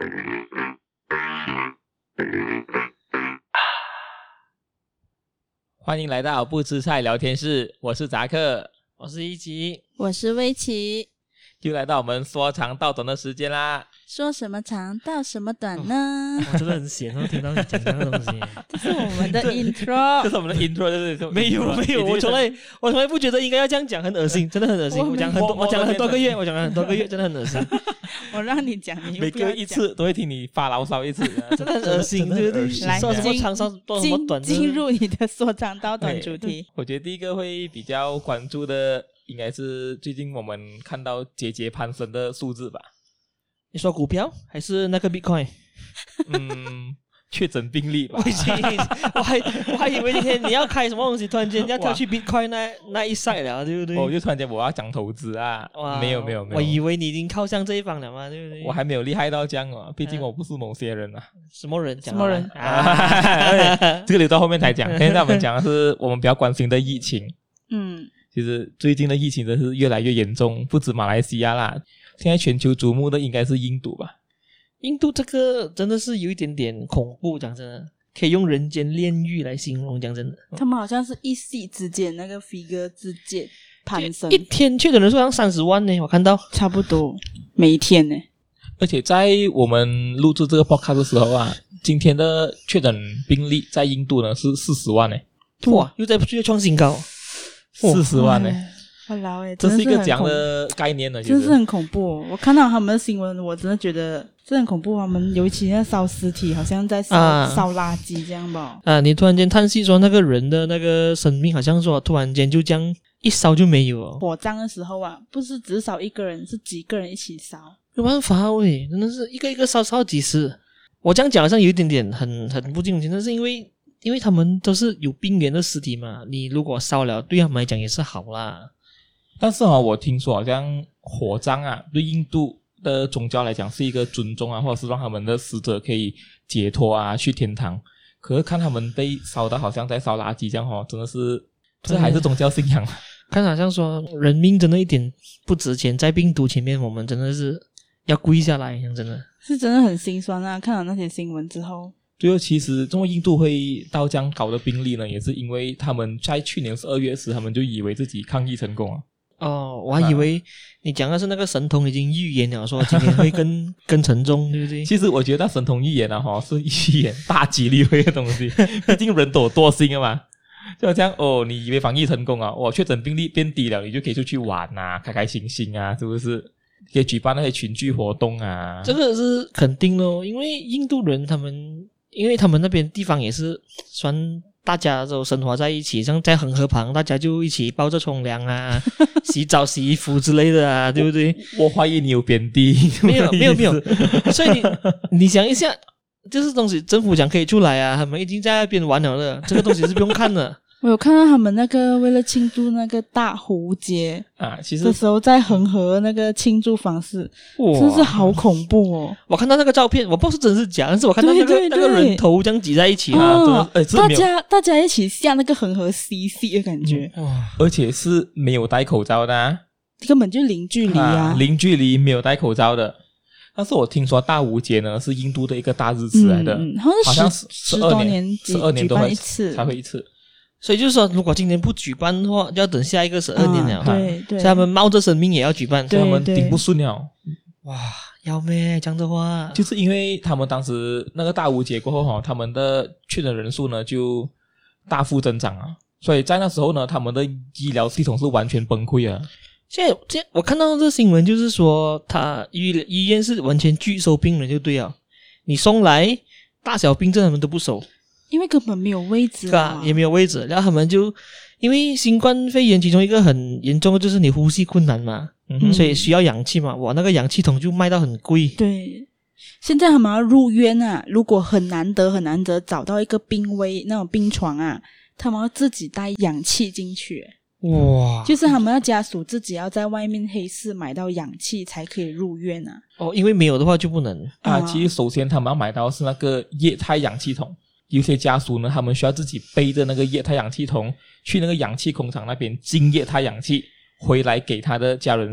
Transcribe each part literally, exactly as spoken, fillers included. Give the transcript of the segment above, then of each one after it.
欢迎来到不吃菜聊天室，我是扎克， 我是一吉， 我是威奇， 又来到我们说长道短的时间啦。 说什么长道什么短呢？ 我真的很闲哦，听到你讲这个东西。 这是我们的 intro， 这是我们的 intro， 就是没有没有，我从来我从来不觉得应该要这样讲，很恶心，真的很恶心。我讲很多，我讲了很多个月，我讲了很多个月，真的很恶心。 我让你讲，你每隔一次都会听你发牢骚一次， 真的很恶心，对对对。 来， 说什么长少，说什么短， 进入你的说长道短主题。 我觉得第一个会比较关注的，应该是最近我们看到节节攀升的数字吧。 你说股票还是那个 Bitcoin？ 嗯，确诊病例吧。 我已经，我还我还以为今天你要开什么东西，突然间要跳去 Bitcoin 那那一 side 了，对不对？ 我就突然间我要讲投资啊，没有没有没有， 我以为你已经靠向这一方了嘛，对不对？ 我还没有厉害到这样哦，毕竟我不是某些人啊。 什么人？ 什么人？ 啊、这个留到后面才讲。现在我们讲的是我们比较关心的疫情。 嗯， 其实最近的疫情真是越来越严重，不止马来西亚啦。现在全球瞩目的应该是印度吧？ 印度这个真的是有一点点恐怖，讲真的，可以用人间炼狱来形容，讲真的。 他们好像是一夕之间那个 figure 之间攀升， 一天确诊人数好像三十万呢，我看到差不多每一天呢。 而且在我们录制这个 podcast 的时候啊，今天的确诊病例在印度呢是四十万呢， 哇，又在又创新高， 四十万呢。 老欸， 这是一个怎样的概念呢？ 真是很恐怖、哦。我看到他们的新闻，我真的觉得这很恐怖。他们尤其在烧尸体，好像在烧、啊、烧垃圾这样吧。 啊！你突然间叹息说，那个人的那个生命好像说突然间就这样一烧就没有了。 火葬的时候啊，不是只烧一个人，是几个人一起烧。 没办法喂，真的是一个一个烧烧几十。我这样讲好像有一点点很很不近情，但是因为因为他们都是有病源的尸体嘛，你如果烧了，对他们来讲也是好啦。 但是啊、哦，我听说好像火葬啊，对印度的宗教来讲是一个尊重啊，或者是让他们的死者可以解脱啊，去天堂。可是看他们被烧到好像在烧垃圾这样哦，真的是这还是宗教信仰。 看好像说人命真的一点不值钱，在病毒前面我们真的是要跪下来，真的是真的很心酸啊！看到那些新闻之后。 对哦，其实中国印度会到这样高的病例呢，也是因为他们在去年十二月时，他们就以为自己抗疫成功了。 哦，我还以为你讲的是那个神童已经预言了，说今天会更更沉重，对不对？ 其实我觉得神童预言啊，哈，是预言大几率会的东西，毕竟人都有惰性的嘛。就好像哦，你以为防疫成功啊，哇，确诊病例变低了，你就可以出去玩啊，开开心心啊，是不是？可以举办那些群聚活动啊。 这个是肯定咯，因为印度人他们，因为他们那边地方也是算。大家都生活在一起，像在恒河旁，大家就一起抱着冲凉啊、洗澡、洗衣服之类的啊，对不对？ 我, 我怀疑你有贬低， 没有，没有，没有。所以你你想一下，就是东西政府讲可以出来啊，他们已经在那边玩了的，这个东西是不用看的。 我有看到他们那个为了庆祝那个大壶节啊，其实的时候在恒河那个庆祝方式，真是好恐怖哦！ 我看到那个照片，我不知道是真是假，但是我看到那个对对对那个人头这样挤在一起啊， 哦真的、欸、 大家大家一起下那个恒河 C C 的感觉、 嗯，而且是没有戴口罩的、啊， 根本就零距离啊， 啊零距离没有戴口罩的。但是我听说大壶节呢是印度的一个大日子来的， 嗯、 好像十十多年十二年都会一次才会一次。 所以就是说，如果今年不举办的话，就要等下一个十二年了。 啊、对对， 所以他们冒着生命也要举办， 所以他们顶不顺了。 哇，要咩这样的话， 就是因为他们当时那个大壶节过后哈，他们的确诊人数呢就大幅增长啊，所以在那时候呢，他们的医疗系统是完全崩溃啊。 现在这我看到这个新闻，就是说他医医院是完全拒收病人就对了，你送来大小病症他们都不收。 因为根本没有位置啊，也没有位置，然后他们就因为新冠肺炎其中一个很严重的就是你呼吸困难嘛，嗯，所以需要氧气嘛，哇，那个氧气筒就卖到很贵。 对，现在他们要入院啊，如果很难得很难得找到一个病危那种病床啊，他们要自己带氧气进去。 哇， 就是他们要家属自己要在外面黑市买到氧气才可以入院啊。 哦，因为没有的话就不能啊。其实首先他们要买到是那个液态氧气筒。有些家属呢，他们需要自己背着那个液态氧气筒去那个氧气工厂那边进液态氧气，回来给他的家人吸。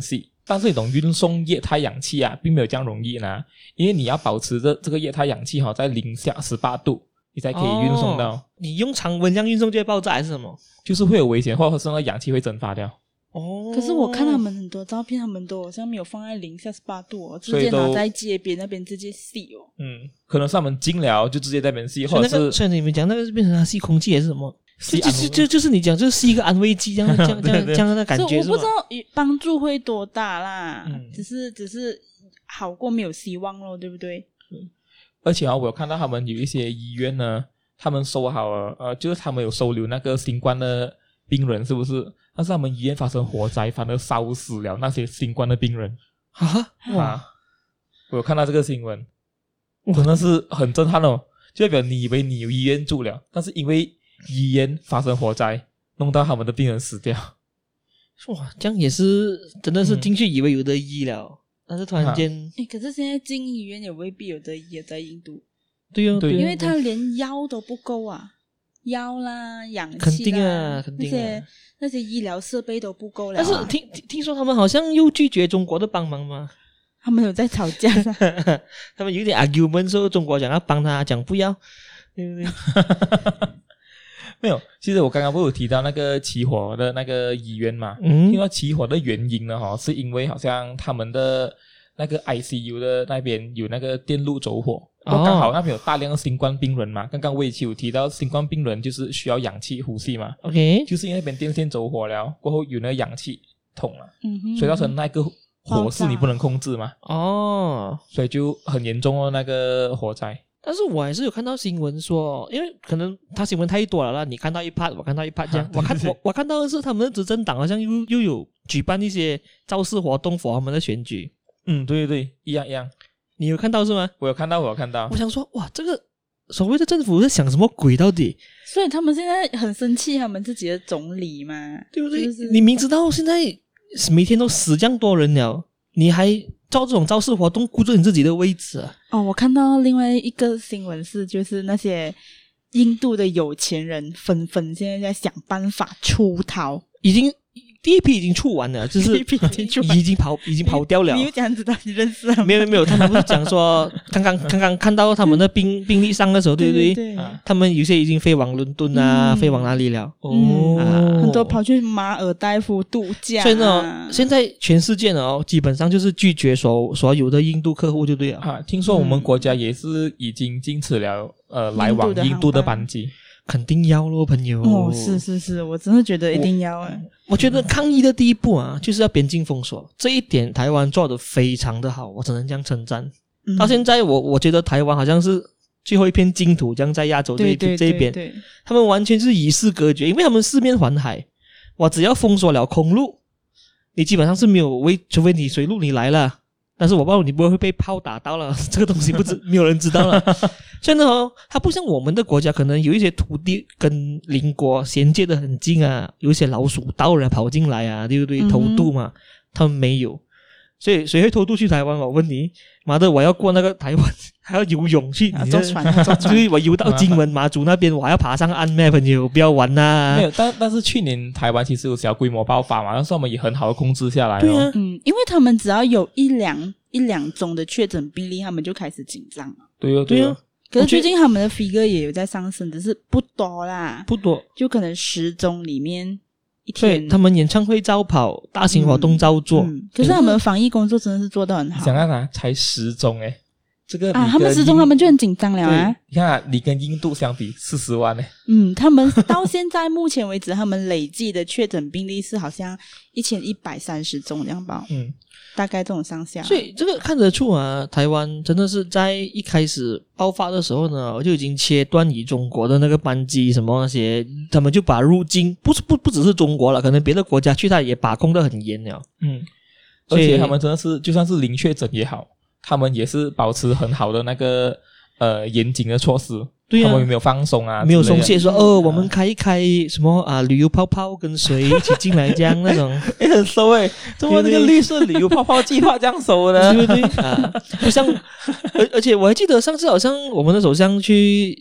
但是你懂运送液态氧气啊，并没有这样容易呢，因为你要保持着这个液态氧气哈、哦、在零下十八度，你才可以运送到。 哦、你用常温这样运送就会爆炸还是什么？ 就是会有危险，或者是那个氧气会蒸发掉。 哦， 可是我看他们很多照片，他们都好像没有放在零下十八度哦，直接拿在街边那边直接吸哦。 嗯，可能是他们进了就直接在那边吸，或者是、 那个、所以你们讲那个是变成他吸空气还是什么？就就就就是你讲，就是一个安慰剂，这样这样这样这样的感觉是吧？ 我不知道帮助会多大啦，嗯、只是只是好过没有希望咯，对不对？ 嗯、而且啊，我有看到他们有一些医院呢，他们收好了，呃，就是他们有收留那个新冠的病人，是不是？但是他们医院发生火灾，反而烧死了那些新冠的病人啊！ 哇，我有看到这个新闻，真的是很震撼哦。就代表你以为你有医院住了，但是因为医院发生火灾，弄到他们的病人死掉。 哇，这样也是真的是进去以为有得医了，嗯、但是突然间， 哎、啊，可是现在进医院也未必有得医，在印度。 对哦，对， 因为他连药都不够啊，药啦、氧气啦， 肯定啊，肯定啊， 那些那些医疗设备都不够了、 啊。但是听听说他们好像又拒绝中国的帮忙吗？ 他们有在吵架他们有点 argument 说中国讲要帮他，讲不要，对不对？ 没有，其实我刚刚不是有提到那个起火的那个医院嘛？ 嗯， 因为起火的原因呢，哈，是因为好像他们的那个 I C U 的那边有那个电路走火，哦，刚好那边有大量的新冠病人嘛。刚刚魏奇有提到新冠病人就是需要氧气呼吸嘛 ，OK， 就是因为那边电线走火了，过后有那个氧气筒了， 嗯哼， 所以造成那个火势你不能控制嘛， 哦， 所以就很严重哦那个火灾。 但是我还是有看到新闻说，因为可能他新闻太多了啦，你看到一 part， 我看到一 part 这样。啊、我看我我看到的是他们的执政党好像又又有举办一些造势活动 for 他们的选举。 嗯，对对对，一样一样。 你有看到是吗？ 我有看到，我有看到。 我想说，哇，这个所谓的政府在想什么鬼到底？ 所以他们现在很生气，他们自己的总理嘛， 对不对？ 就是、 你明知道现在每天都死这样多人了，你还造这种造势活动，顾着你自己的位置啊？ 哦，我看到另外一个新闻是，就是那些印度的有钱人纷纷现在在想办法出逃， 已经第一批已经出完了，就是第一批已经出完已经跑已经跑掉了。 你有这样子的，你认识他？ 没有没有，他们不是讲说刚刚刚刚看到他们的病病历上的时候，对不对？ 对对对啊，他们有些已经飞往伦敦啊，嗯、飞往哪里了？ 嗯、 哦、 啊，很多跑去马尔代夫度假、啊。 所以呢，现在全世界呢，哦，基本上就是拒绝所所有的印度客户，就对了。 啊，听说我们国家也是已经禁止了、嗯、呃来往印度的班机。 肯定要咯，朋友。 哦，是是是，我真的觉得一定要啊！ 我觉得抗疫的第一步啊，就是要边境封锁，这一点台湾做得非常的好，我只能这样称赞。嗯、到现在我，我我觉得台湾好像是最后一片净土，这样在亚洲这一对对这一边， 对对他们完全是与世隔绝，因为他们四面环海，我只要封锁了空路，你基本上是没有为，除非你水路你来了。但是我不知道你不会被炮打到了，这个东西不知没有人知道了。所以呢、哦，它不像我们的国家，可能有一些土地跟邻国衔接的很近啊，有一些老鼠道人跑进来啊，对不对？偷渡嘛，嗯、他们没有。所以谁会偷渡去台湾？我问你，妈的，我要过那个台湾，还要游泳去， 啊、坐船，坐船， 所以我游到金门马祖那边，我还要爬上岸咩？朋友，不要玩呐、啊！ 没有，但但是去年台湾其实有小规模爆发嘛，但是我们也很好的控制下来、哦。 对啊， 嗯，因为他们只要有一两一两宗的确诊病例，他们就开始紧张了。 对哦，对哦。 可是最近他们的 figure 也有在上升，只是不多啦， 不多， 就可能十宗里面。 所以他们演唱会照跑，大型活动照做、 嗯嗯。可是他们防疫工作真的是做得很好。 想看啊，才十宗诶，这个啊，他们十宗他们就很紧张了啊。 你看啊，你跟印度相比，四十万诶。 嗯，他们到现在目前为止，他们累计的确诊病例是好像一千一百三十宗这样吧。 嗯。 大概这种上下， 所以这个看得出啊，台湾真的是在一开始爆发的时候呢，我就已经切断与中国的那个班机什么那些，他们就把入境不是不不只是中国了，可能别的国家去他也把控得很严了。 嗯，而且他们真的是就算是零确诊也好，他们也是保持很好的那个呃严谨的措施。 对啊， 他们有没有放松啊？ 没有松懈说哦，我们开一开什么啊旅游泡泡跟谁一起进来这样那种， 也很熟诶。怎么那个绿色旅游泡泡计划这样熟呢？ 对不对啊？不像，而而且我还记得上次好像我们的首相去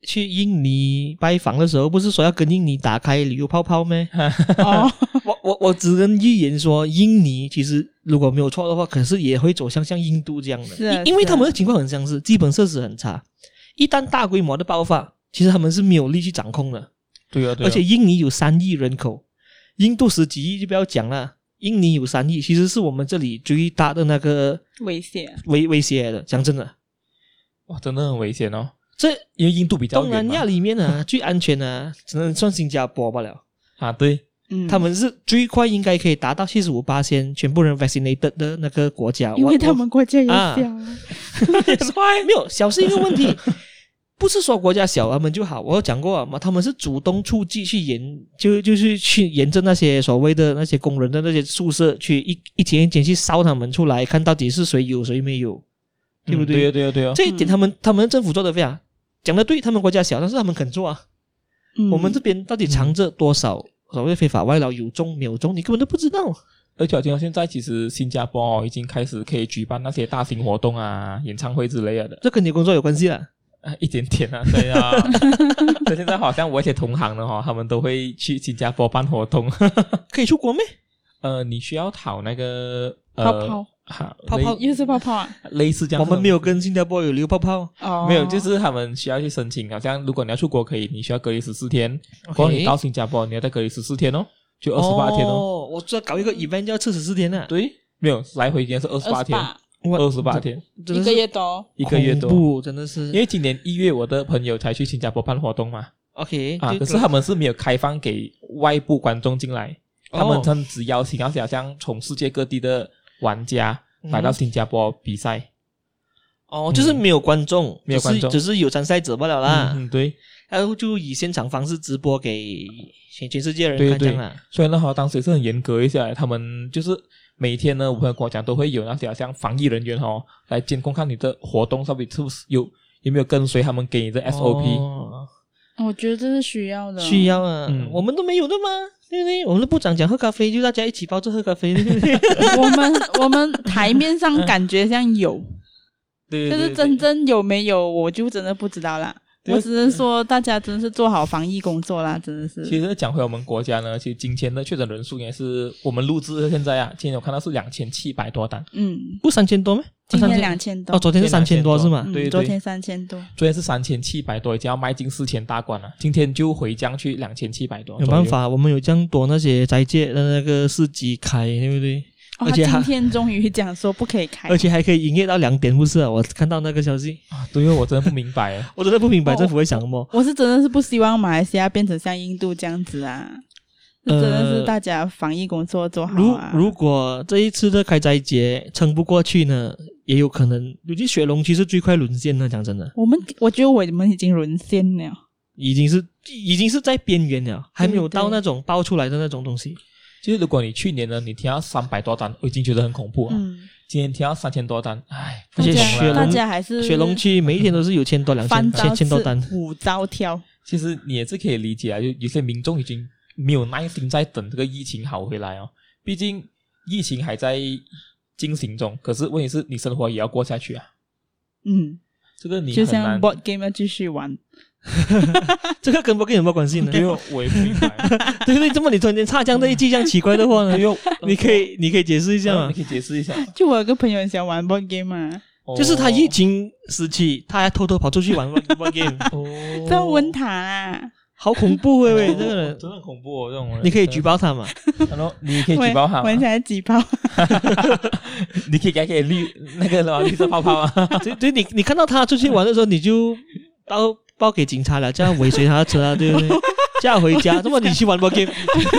去印尼拜访的时候，不是说要跟印尼打开旅游泡泡咩？ 哦， 我我我只能预言说，印尼其实如果没有错的话，可是也会走向像印度这样的， 是啊因因为是啊他们的情况很相似，基本设施很差，一旦大规模的爆发，其实他们是没有力去掌控的。 对啊，对啊， 而且印尼有三亿人口，印度十几亿就不要讲了，印尼有三亿，其实是我们这里最大的那个威胁。 威威胁的。讲真的， 哇，真的很危险哦。 这因为印度比较远嘛东南亚里面啊，最安全的只能算新加坡罢了。 啊，对， 嗯， 他们是最快应该可以达到七十五%全部人 vaccinated 的那个国家， 因为他们国家也啊小， 没有小是一个问题，不是说国家小他们就好。我有讲过嘛，他们是主动出击去严，就就是去沿着那些所谓的那些工人的那些宿舍去一一间一间去烧他们出来，看到底是谁有谁没有，对不对？ 嗯对啊，对啊，对啊。 这一点他们他们政府做得非常讲得对，他们国家小，但是他们肯做啊。 嗯我们这边到底藏着多少所谓非法外劳，有中没有中，你根本都不知道。 而且我听到现在其实新加坡哦已经开始可以举办那些大型活动啊、演唱会之类的。 这跟你工作有关系啦。 啊，一点点啊，对啊。所以现在好像我一些同行的哈、哦，他们都会去新加坡办活动。 可以出国咩？ 呃，你需要讨那个呃泡泡哈泡泡又是泡泡啊？ 类似这样。 我们没有跟新加坡有流泡泡。 哦， 没有，就是他们需要去申请，好像如果你要出国可以，你需要隔离十四天。然后你到新加坡，你要再隔离十四天哦，就二十八天哦。 哦，我知道搞一个 event 要吃十四天呢、啊。 对，没有来回应该是二十八天， 哇二十八天， 一个真的是月多。 一个月多。 恐怖真的是。 因为今年一月我的朋友才去新加坡办活动嘛， OK 啊， 就可是他们是没有开放给外部观众进来， 哦他们他们只邀请那些好像从世界各地的玩家来到新加坡比赛。 哦，就是没有观众， 没有观众只是只是有参赛者罢了啦。 嗯，嗯对。 然后就以现场方式直播给全全世界人对对看这样啦。 所以呢，哈，当时也是很严格一下，他们就是每天呢，我朋友跟我讲，都会有那些好像防疫人员哈、哦、来监控看你的活动到底是不是有有没有跟随他们给你的 S O P。 哦我觉得这是需要的， 需要啊、 嗯我们都没有的嘛，对不对？我们的部长讲喝咖啡，就大家一起抱着喝咖啡，对不对？ 我们我们台面上感觉像有， 对对对但是真正有没有，我就真的不知道啦。 对我只能说，大家真的是做好防疫工作啦，真的是。 其实讲回我们国家呢，其实今天的确诊人数也是我们录制的现在啊，今天我看到是两千七百多单， 嗯， 不三千多吗？ 今天三千两千多哦，，昨天是三千多是吗？ 嗯对对昨天三千多， 昨天是三千七百多，已经要迈进四千大关了，今天就回降去两千七百多。 没办法，我们有这样多那些斋戒的那个市集开，对不对？ 哦， 而且还他今天终于讲说不可以开， 而且还可以营业到两点，不是啊？我看到那个消息， 啊，对哦，我真的不明白。 我真的不明白哦政府会想什么。 我是真的是不希望马来西亚变成像印度这样子啊， 呃真的是大家防疫工作做好如啊。 如果这一次的开斋节撑不过去呢，也有可能，尤其雪隆区是最快沦陷的。讲真的， 我们我觉得我们已经沦陷了。 已经是已经是在边缘了，还没有对到那种爆出来的那种东西。 就是如果你去年呢，你听到三百多单，我已经觉得很恐怖啊。 嗯， 今天听到三千多单，唉， 而且大家大雪隆家还是雪隆区每一天都是有千多两千翻招千千多单。 五招挑。 其实你也是可以理解啊，就有些民众已经没有耐心在等这个疫情好回来哦。毕竟疫情还在进行中，可是问题是你生活也要过下去啊。 嗯， 这个你就像很难。 board game 要继续玩。 这个跟不跟有没有关系呢？ 因为我也不明白， 对不对？这么你突然间插这样的一句这样奇怪的话呢？ 因为你可以你可以解释一下吗你？可以解释一下。 就我有个朋友很喜欢玩 board game 嘛， 就是他疫一情时期，他还偷偷跑出去玩 board game， 哦， 在温塔啦。 好恐怖喂喂， 哦这个人， 真的很恐怖哦，这种人。 你可以举报他嘛？ 然后你可以举报他吗玩起来举报。 你可以给他绿那个什么绿色泡泡啊。 对对，你你看到他出去玩的时候，你就报报给警察了，这样尾随他的车啊，对不对？叫他回家，这么你去玩 board game，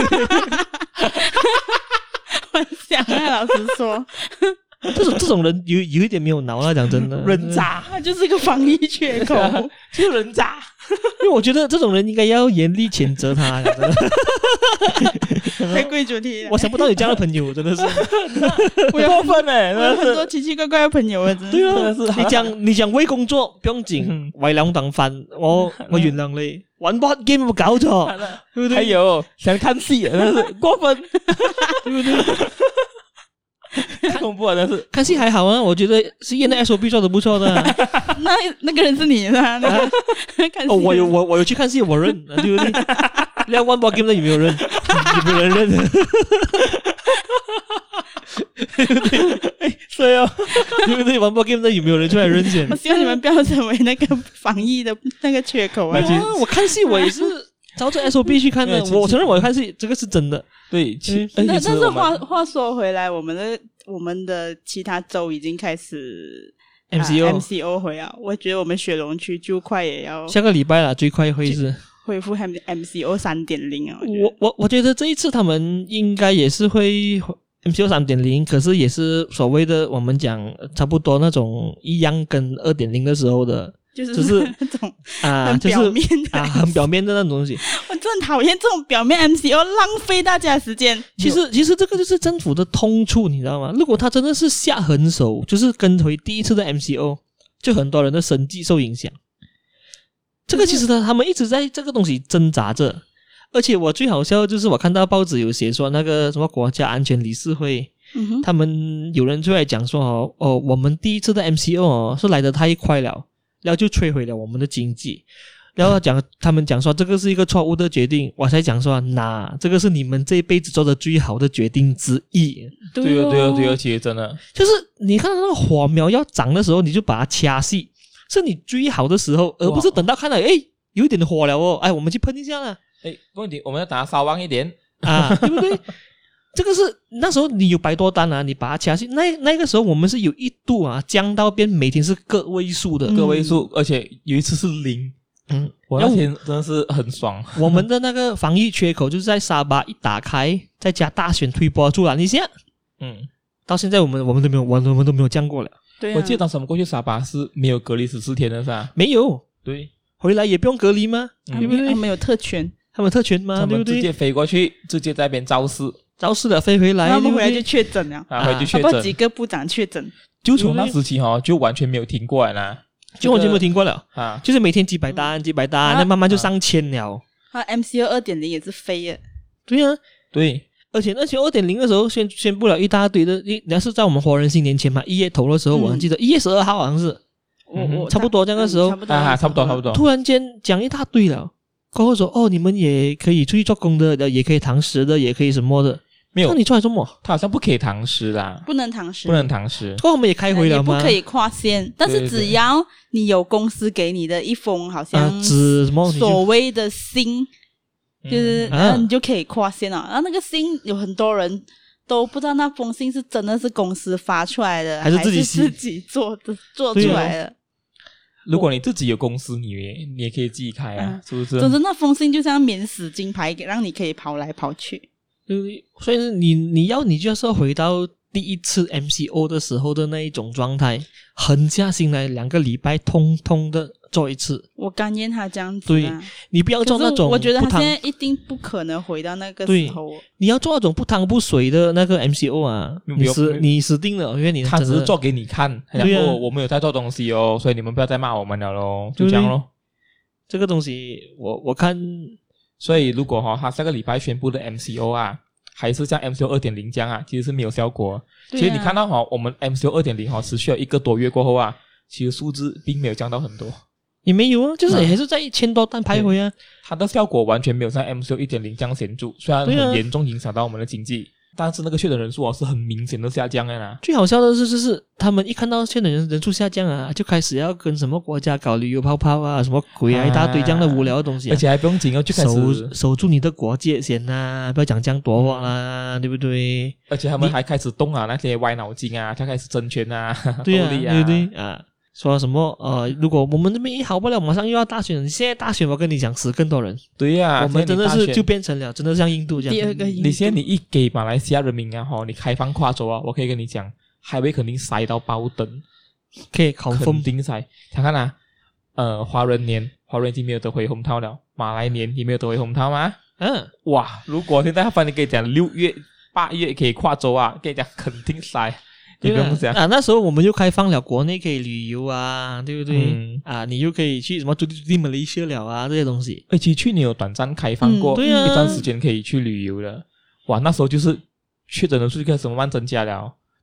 我想啊，老实说， 这种这种人有有一点没有脑了，讲真的， 人渣， 他就是个防疫缺口。 就是人渣。 因为我觉得这种人应该要严厉谴责他，讲真的。 回归主题了， 我想不到有这样的朋友，真的是。 不过分哎， 我有真的是。 很多奇奇怪怪的朋友啊，真的。 对啊真的是， 你讲你讲为工作不用緊嗯， 為兩頓飯，我我原諒你。玩 board game 有冇搞錯？對不對？ 还有想看戏，真的是过分。 對不對？ 太恐怖了，但是看戏还好啊，我觉得是演的 S O P 做的不错的、啊。 那那个人是你是吧？那个、看戏哦，我有我我有去看戏，我认，对不对？连 One Ball Game 的有没有认？有没有人认？对不对？哎，对哦，对不对 ？One Ball Game 的有没有人出来认先？ 我希望你们不要成为那个防疫的那个缺口啊！ 啊我看戏我也是照着 S O P 去看的，我承认我看戏这个是真的。 对，其嗯那但是话话话说回来，我们的我们的其他州已经开始 M C O、 啊、M C O 回啊，我觉得我们雪隆区就快也要下个礼拜了，最快会是恢复 M C O 三点零啊！ 我我我觉得这一次他们应该也是会 M C O 三点零，可是也是所谓的我们讲差不多那种一样跟二点零的时候的。 就是就是那种啊， 很表面的、 就是、啊，很表面的那种东西。 我真的很讨厌这种表面 M C O， 浪费大家的时间。 其实，其实这个就是政府的痛处，你知道吗？如果他真的是下狠手，就是跟回第一次的 M C O， 就很多人的生计受影响。这个其实他他们一直在这个东西挣扎着。而且我最好笑的就是我看到报纸有写说那个什么国家安全理事会， 嗯哼， 他们有人出来讲说哦哦，我们第一次的 M C O 哦是来得太快了。然后就摧毁了我们的经济，然后讲他们讲说这个是一个错误的决定，我才讲说那这个是你们这一辈子做的最好的决定之一。 对哦对哦对哦，其实真的就是你看到那个火苗要长的时候，你就把它掐细，是你最好的时候，而不是等到看到诶有一点火了哦，哎我们去喷一下了， 诶问题我们要打稍旺一点啊，对不对？这个是那时候你有百多单啊，你把它掐细，那那个时候我们是有一度啊降到变每天是个位数的， 嗯、个位数，而且有一次是零。 嗯， 我那天真的是很爽。 我们的那个防疫缺口就是在沙巴一打开，再加大选推波助澜一下， 嗯， 到现在我们我们都没有，我们都没有降过了。 对、啊， 我记得当时我们过去沙巴是没有隔离十四天的是吧？ 没有， 对， 回来也不用隔离吗？ 嗯、 对不对？ 他们有特权， 他们特权吗？ 他对不对？ 们直接飞过去，直接在那边造势。 招式了飞回来， 他们回来就对确诊了， 啊，回来就确差不多诊， 几个部长确诊， 就从那时期哈、哦，就完全没有停过来啦， 就完全没有停过了啊， 就是每天几百单、嗯、几百单，那、啊、慢慢就上千了。 啊 ，M C O 二点零也是飞了， 对啊， 对， 而且那些二点零的时候宣宣布了一大堆的，你要是在我们活人新年前嘛，一月头的时候，嗯、我还记得一月十二号好像是， 我我差不多这个时候， 嗯、差不多啊，差不多差不多， 突然间讲一大堆了，过后说哦，你们也可以出去做工的，也可以堂食的，也可以什么的。 没有， 那你出来做什么？ 他好像不可以堂食啦， 不能堂食， 不能堂食。 过后我们也开回了吗？ 也不可以跨县，但是只要你有公司给你的一封好像纸什么所谓的信， 嗯、 就是、 啊、 你就可以跨县了。然后那个信有很多人都不知道那封信是真的是公司发出来的， 还是自己自己做的做出来的。 如果你自己有公司，你也你也可以自己开啊，嗯、是不是？ 总之那封信就像免死金牌，让你可以跑来跑去。 对不对？所以你你要你就是要回到第一次 M C O 的时候的那一种状态，狠下心来两个礼拜通通的做一次。 我甘愿他这样子、啊， 对，你不要做那种， 我觉得他现在一定不可能回到那个时候。 你要做那种不汤不水的那个 M C O 啊，你死你死定了，因为你他只是做给你看， 对啊， 我们有在做东西哦，所以你们不要再骂我们了咯，就这样咯。 这个东西我我看。 所以如果哈、哦、他下个礼拜宣布的 M C O 啊，还是像 M C O 二点零 这样啊，其实是没有效果。其实你看到哈、哦，我们 M C O 二点零 哈持续了一个多月过后啊，其实数字并没有降到很多。 也没有啊，就是也还是在一千多单徘徊啊。 它的效果完全没有像 M C O 一点零 这样显著，虽然很严重影响到我们的经济。但是那个确诊人数哦是很明显的下降的啦。 最好笑的是，就是他们一看到确诊人人数下降啊，就开始要跟什么国家搞旅游泡泡啊，什么鬼啊，啊一大堆这样的无聊的东西、啊。 而且还不用紧哦，就开始守守住你的国界先呐、啊，不要讲这样多话啦，对不对？ 而且他们还开始动啊那些歪脑筋啊，他开始争权啊， 对啊， 啊对对啊。说什么呃，如果我们这边一好不了，马上又要大选。现在大选，我跟你讲，死更多人。 对呀、啊， 我们真的是就变成了，真的像印度这样。 第二个印度， 你现在你一给马来西亚人民啊，哈，你开放跨州啊，我可以跟你讲，海威肯定塞到爆灯， 可以考肯定塞。看看啊，呃，华人年，华人已经没有得回红套了，马来年也没有得回红套吗？ 嗯， 哇，如果现在他反正跟你讲六月、八月可以跨州啊，跟你讲肯定塞。 对啊，啊，那时候我们就开放了国内可以旅游啊，对不对？ 嗯、 啊，你又可以去什么驻地马来西亚了啊，这些东西。 而且去年有短暂开放过、 嗯对啊、 一段时间可以去旅游了。哇，那时候就是确诊人数就开始慢慢增加了，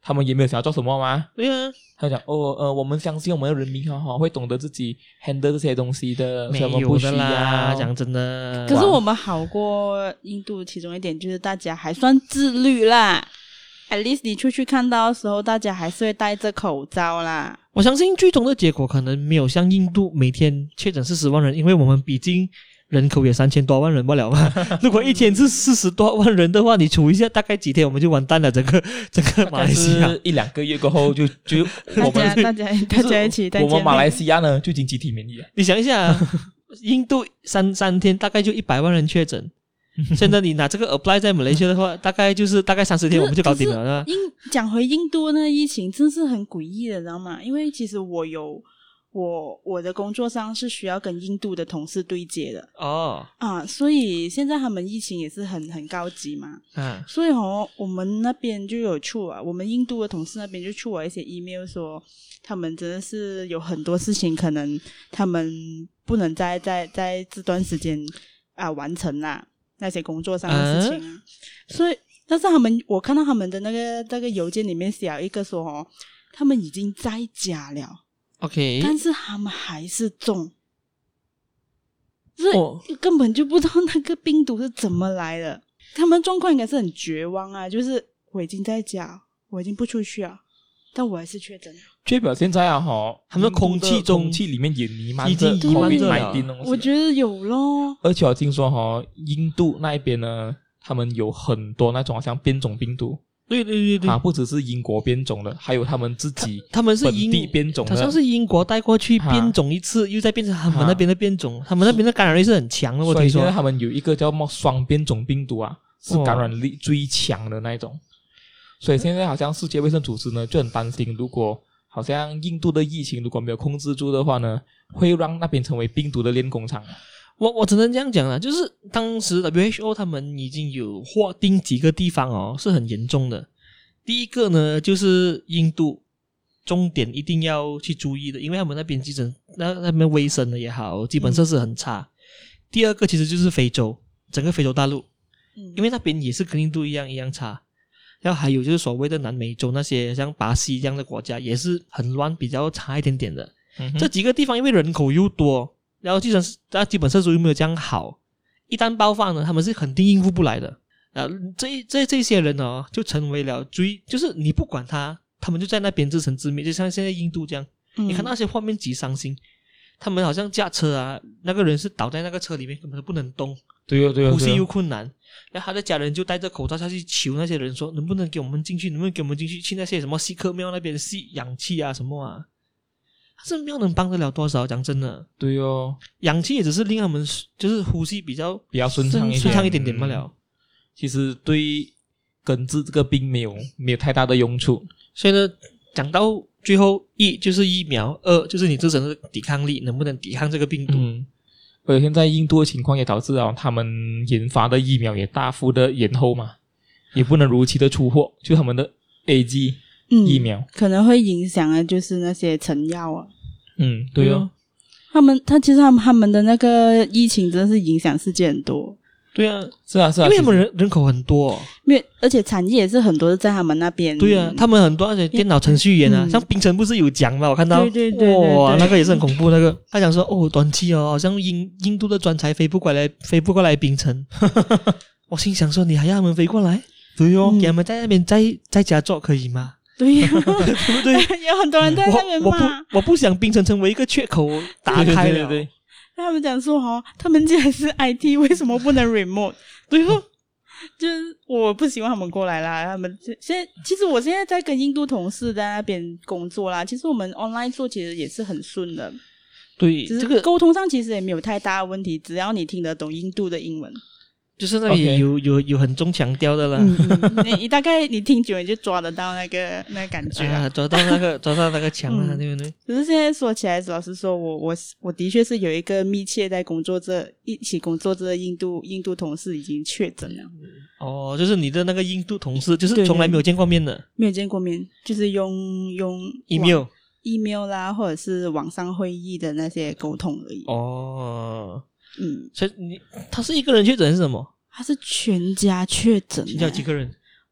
他们也没有想要做什么嘛。 对啊， 他讲哦呃，我们相信我们的人民哈哈会懂得自己 handle 这些东西的， 没所以我们不需有的啦， 要。 讲真的。 可是我们好过印度，其中一点就是大家还算自律啦。At least 你出去看到的时候，大家还是会戴着口罩啦。 我相信最终的结果可能没有像印度每天确诊四十万人，因为我们毕竟人口也三千多万人不了嘛。如果一天是四十多万人的话，你除一下大概几天我们就完蛋了，整个整个马来西亚是一两个月过后就就大我们家大家大家一起再见面。 我们马来西亚呢就已经集体免疫了。 你想一下、啊，印度三三天大概就一百万人确诊。现在你拿这个 apply 在马来西亚的话，大概就是大概三十天我们就搞定了。 印讲回印度那疫情，真是很诡异的，知道吗？因为其实我有我我的工作上是需要跟印度的同事对接的哦啊，所以现在他们疫情也是很很高级嘛。 啊， 所以哦，我们那边就有出啊，我们印度的同事那边就出我一些 email 说，他们真的是有很多事情可能他们不能在在在这段时间啊完成啦。那些工作上的事情啊，啊所以但是他们我看到他们的那个那个邮件里面写了一个说哦，他们已经在家了 OK， 但是他们还是中，所以、 哦、 根本就不知道那个病毒是怎么来的。他们状况应该是很绝望啊，就是我已经在家，我已经不出去啊，但我还是确诊了。 确表现在啊哈， 他们的空气中空气里面也弥漫已着经弥漫着 COVID 十九 东西。 我觉得有咯， 而且我听说哈，印度那一边呢，他们有很多那种好像变种病毒。 对对对对啊，不只是英国变种的，还有他们自己他们是本英地变种的， 好像是英国带过去变种一次，又再变成他们那边的变种，他们那边的感染力是很强的。我听说所以现在他们有一个叫什么双变种病毒啊，是感染力最强的那一种。所以现在好像世界卫生组织呢就很担心，如果好像印度的疫情如果没有控制住的话呢，会让那边成为病毒的练功场。 我我只能这样讲了，就是当时 W H O 他们已经有划定几个地方哦是很严重的。第一个呢就是印度，重点一定要去注意的，因为他们那边基本那那边卫生的也好，基本设施很差。嗯、第二个其实就是非洲，整个非洲大陆，嗯、因为那边也是跟印度一样一样差。然后还有就是所谓的南美洲那些像巴西这样的国家也是很乱，比较差一点点的。嗯、这几个地方因为人口又多，然后基本大基本设施又没有这样好，一旦爆发呢，他们是肯定应付不来的。啊，这这这些人哦，就成为了追，就是你不管他，他们就在那边自生自灭，就像现在印度这样。嗯、你看那些画面极伤心，他们好像驾车啊，那个人是倒在那个车里面，根本都不能动， 对哦对哦， 呼吸又困难。然后他的家人就戴着口罩下去求那些人说，能不能给我们进去，能不能给我们进去，去那些什么锡克庙那边吸氧气啊什么啊。这庙能帮得了多少？讲真的， 对哦， 氧气也只是令他们就是呼吸比较比较顺畅一点， 顺畅一点点罢了。嗯、 其实对根治这个病没有没有太大的用处。 所以呢，讲到最后，一就是疫苗，二就是你自身的抵抗力能不能抵抗这个病毒。 嗯，而现在印度的情况也导致啊，他们研发的疫苗也大幅的延后嘛，也不能如期的出货，就他们的 A G 疫苗、 嗯、可能会影响的就是那些成药啊。 嗯，对哦， 他们他其实他们他们的那个疫情真的是影响世界很多。 对啊， 是啊是啊， 因为他们人人口很多、哦， 因为而且产业也是很多是在他们那边。 对啊，他们很多那些电脑程序员啊，嗯、像槟城不是有讲吗？我看到， 对对 对, 对, 对， 哇，那个也是很恐怖。那个他讲说，哦，短期哦，好像印印度的专才飞不过来，飞不过来槟城。我心想说，你还要他们飞过来？ 对哦， 给他们在那边在在家做可以吗？ 对呀、啊， 对不对？ 有很多人在那边骂。 我, 我不我不想槟城成为一个缺口打开了。 对对对对， 他们讲说哦，他们既然是 I T， 为什么不能 remote？ 对哦，就是我不希望他们过来啦。他们现在其实我现在在跟印度同事在那边工作啦，其实我们 online 做其实也是很顺的。 对， 这个沟通上其实也没有太大的问题，只要你听得懂印度的英文。 就是那里有、okay. 有有很重强调的啦， 嗯嗯、你, 你大概你听久你就抓得到那个那个感觉啊， 啊抓到那个抓到那个墙啊、嗯，对不对？ 可是现在说起来，老实说，我我我的确是有一个密切在工作着一起工作着的印度印度同事已经确诊了。 哦，就是你的那个印度同事，就是从来没有见过面的， 没有见过面，就是用用 email email 啦，或者是网上会议的那些沟通而已。 哦， 嗯， 所以你他是一个人确诊是什么？ 他是全家确诊， 全家几个人？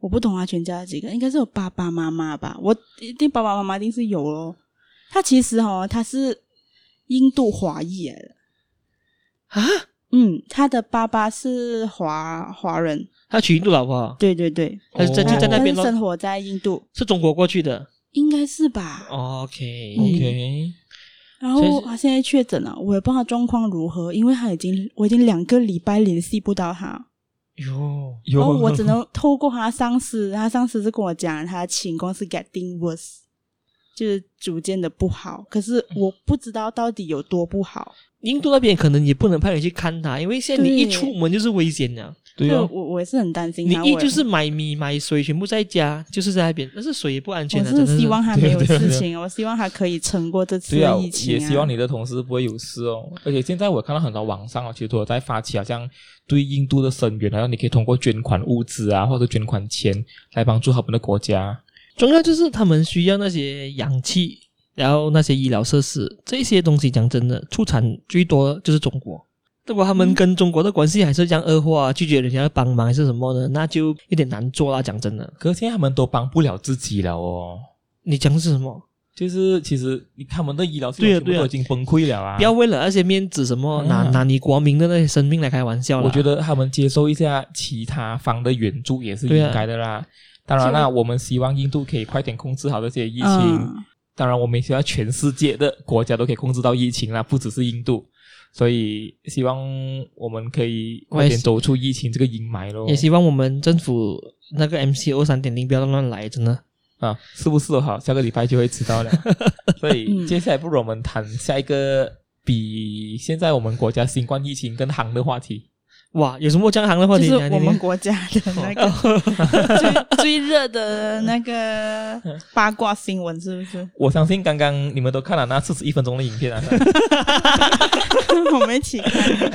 我不懂他全家的几个，应该是有爸爸妈妈吧，我一定爸爸妈妈一定是有咯。他其实哦，他是印度华裔来的啊， 嗯，他的爸爸是华华人， 他娶印度老婆， 对对对， 他是在就在那边咯， 他是生活在印度， 是中国过去的， 应该是吧、 哦、OK OK， 然后他现在确诊了，我也不知道他状况如何，因为他已经我已经两个礼拜联系不到他。 哟， 然后我只能透过他上司，他上司是跟我讲他的情况是 getting worse， 就是逐渐的不好，可是我不知道到底有多不好。 印度那边可能也不能派人去看他，因为现在你一出门就是危险了。 对哦， 我我也是很担心你他。 一就是买米买水全部在家，就是在那边，但是水也不安全的。 我是希望他没有事情， 对对对我希望他可以撑过这次对啊， 的疫情、啊。 也希望你的同事不会有事哦。而且现在我看到很多网上哦，其实都有在发起好像对印度的声援，然后你可以通过捐款物资啊，或者捐款钱来帮助他们的国家。 重要就是他们需要那些氧气，然后那些医疗设施，这些东西讲真的，出产最多就是中国。如果他们跟中国的关系还是这样恶化，拒绝人家的帮忙还是什么呢，那就有点难做啦，讲真的。 可是现在他们都帮不了自己了哦。 你讲的是什么？ 就是其实他们的医疗系对啊对啊统全部都已经崩溃了啊！ 不要为了那些面子什么、嗯、拿拿你国民的那些生命来开玩笑啦。 我觉得他们接受一下其他方的援助也是应该的啦。啊、当然啦，我们希望印度可以快点控制好这些疫情。嗯、当然，我们也希望全世界的国家都可以控制到疫情啦，不只是印度。所以希望我们可以快点走出疫情这个阴霾咯。 也希望我们政府那个 M C O 三点零 不要乱来，真的啊，是不是好？下个礼拜就会知道了。所以接下来不如我们谈下一个比现在我们国家新冠疫情更夯的话题。 哇，有什么这样夯的话题？ 就是我们国家的那个最最热的那个八卦新闻，是不是？ 我相信刚刚你们都看了那四十一分钟的影片啊。 我们一起看。